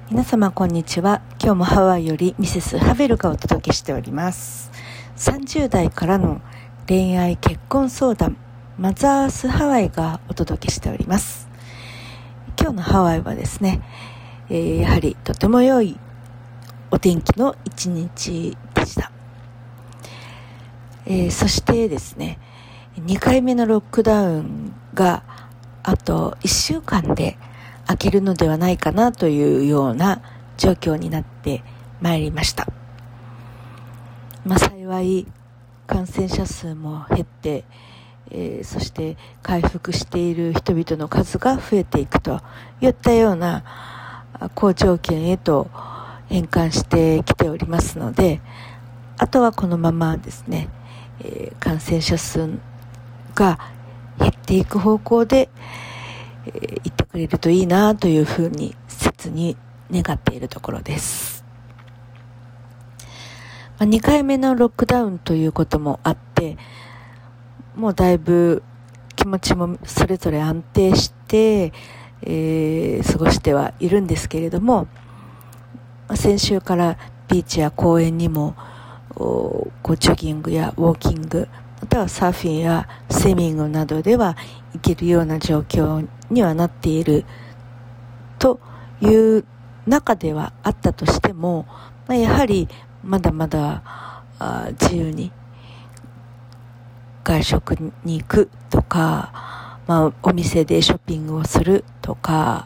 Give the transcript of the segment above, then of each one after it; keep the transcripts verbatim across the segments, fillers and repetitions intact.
皆様こんにちは。今日もハワイよりミセスハベルがお届けしております。さんじゅう代からの恋愛結婚相談、マザースハワイがお届けしております。今日のハワイはですね、えー、やはりとても良いお天気の一日でした。えー、そしてですね、にかいめのロックダウンがあといっしゅうかんで明けるのではないかなというような状況になってまいりました。まあ、幸い感染者数も減って、えー、そして回復している人々の数が増えていくといったような好条件へと変換してきておりますので、あとはこのままですね、えー、感染者数が減っていく方向でえー、言ってくれるといいなというふうに切に願っているところです。まあ、にかいめのロックダウンということもあって、もうだいぶ気持ちもそれぞれ安定して、えー、過ごしてはいるんですけれども、まあ、先週からビーチや公園にもこうジョギングやウォーキング、またはサーフィンやスイミングなどでは行けるような状況にはなっているという中ではあったとしても、まあ、やはりまだまだあ自由に外食に行くとか、まあ、お店でショッピングをするとか、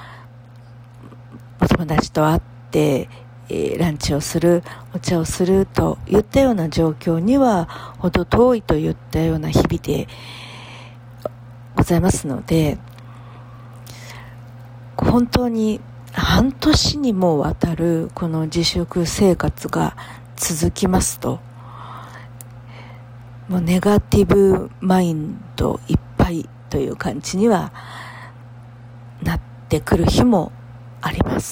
お友達と会ってえー、ランチをする、お茶をするといったような状況には程遠いといったような日々でございますので、本当に半年にもわたるこの自粛生活が続きますと、もうネガティブマインドいっぱいという感じにはなってくる日もあります。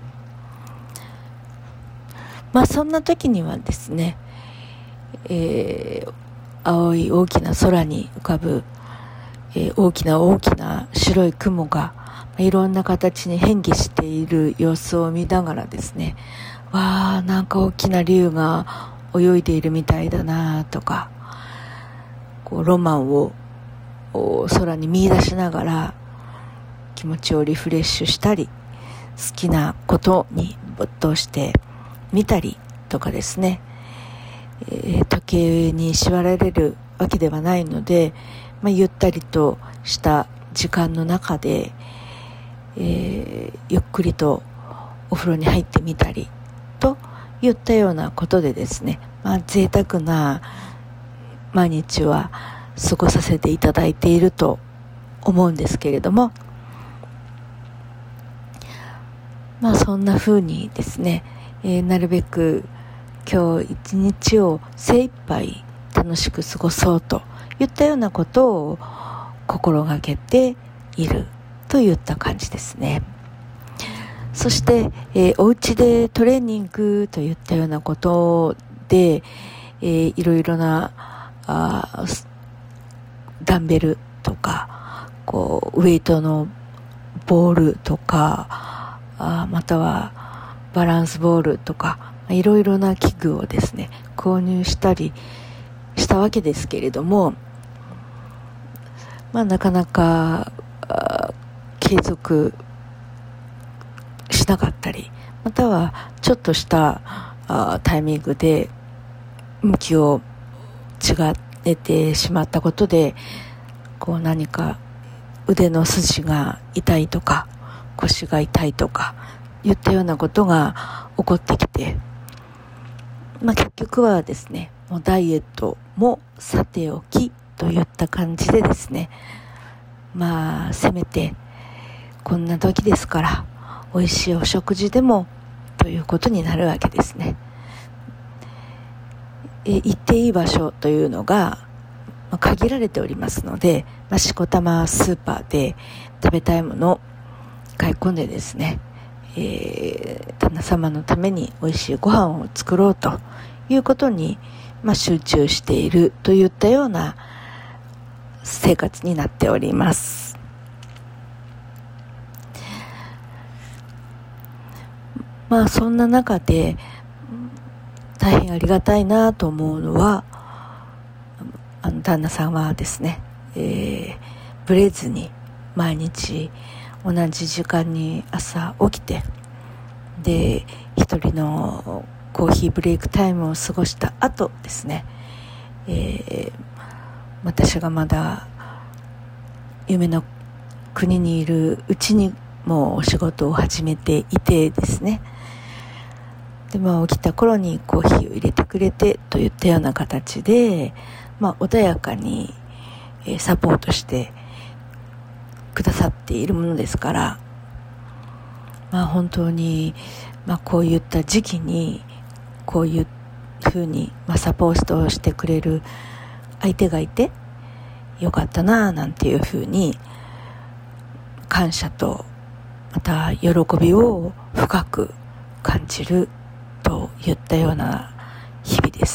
まあそんな時にはですね、えー、青い大きな空に浮かぶ、えー、大きな大きな白い雲がいろんな形に変化している様子を見ながらですね、わーなんか大きな竜が泳いでいるみたいだなとか、こうロマンを空に見出しながら気持ちをリフレッシュしたり、好きなことに没頭して見たりとかですね、えー、時計に縛られるわけではないので、まあ、ゆったりとした時間の中で、えー、ゆっくりとお風呂に入ってみたりといったようなことでですね、まあ、贅沢な毎日は過ごさせていただいていると思うんですけれども、まあそんな風にですね、えー、なるべく今日一日を精一杯楽しく過ごそうといったようなことを心がけているといった感じですね。そして、えー、お家でトレーニングといったようなことで、えー、いろいろなあダンベルとかこうウェイトのボールとかあまたはバランスボールとかいろいろな器具をですね購入したりしたわけですけれども、まあなかなか継続しなかったり、またはちょっとしたあタイミングで向きを違えてしまったことで、こう何か腕の筋が痛いとか腰が痛いとかいったようなことが起こってきて、まあ、結局はですね、もうダイエットもさておきといった感じでですね、まあせめてこんな時ですから美味しいお食事でもということになるわけですね。え行っていい場所というのが、まあ、限られておりますので、まあ、しこたまスーパーで食べたいものを買い込んでですね、えー、旦那様のために美味しいご飯を作ろうということに、まあ、集中しているといったような生活になっております。 まあそんな中で大変ありがたいなと思うのは、あの旦那さんはですね、えー、ブレずに毎日同じ時間に朝起きて、で一人のコーヒーブレイクタイムを過ごした後ですね、えー、私がまだ夢の国にいるうちにもうお仕事を始めていてですね、で、まあ、起きた頃にコーヒーを入れてくれてといったような形で、まあ、穏やかに、えー、サポートしてくださっているものですから、まあ、本当に、まあ、こういった時期にこういうふうに、まあ、サポートをしてくれる相手がいてよかったななんていうふうに感謝とまた喜びを深く感じるといったような日々です。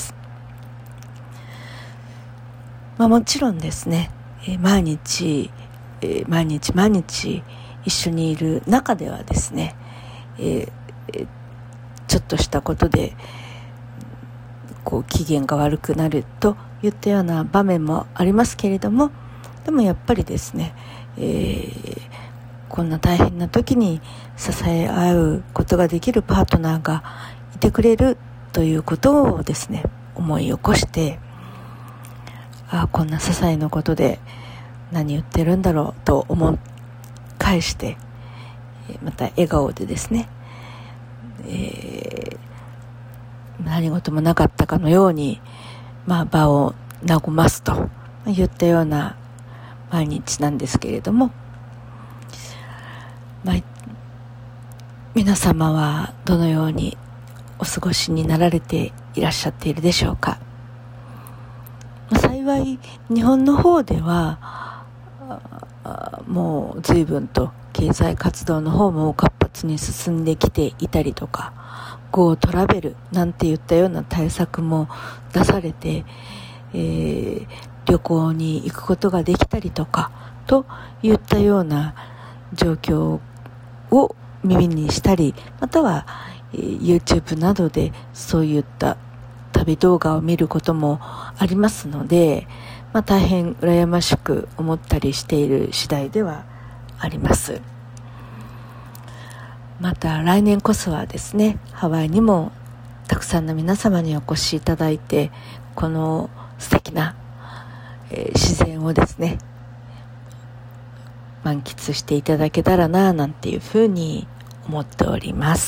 まあ、もちろんですね、えー、毎日、えー、毎日毎日一緒にいる中ではですね、えーえー、ちょっとしたことでこう機嫌が悪くなるといったような場面もありますけれども、でもやっぱりですね、えー、こんな大変な時に支え合うことができるパートナーがいてくれるということをですね思い起こして、あ、こんな些細なことで何言ってるんだろうと思い返して、また笑顔でですね、えー、何事もなかったかのように、まあ、場を和ますといったような毎日なんですけれども、まあ、皆様はどのようにお過ごしになられていらっしゃっているでしょうか。まあ、幸い日本の方ではもう随分と経済活動の方も活発に進んできていたりとか、 Go トラベルなんていったような対策も出されて、えー、旅行に行くことができたりとかといったような状況を耳にしたり、または、えー、YouTube などでそういった旅動画を見ることもありますので、まあ、大変羨ましく思ったりしている次第ではあります。また来年こそはですね、ハワイにもたくさんの皆様にお越しいただいて、この素敵な、えー、自然をですね満喫していただけたらななんていうふうに思っております。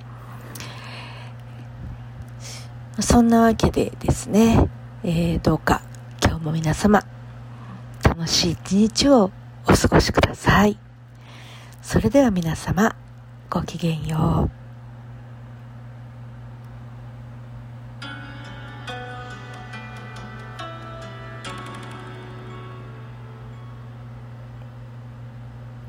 そんなわけでですね、えー、どうか今日も皆様楽しい一日をお過ごしください。それでは皆様ごきげんよう。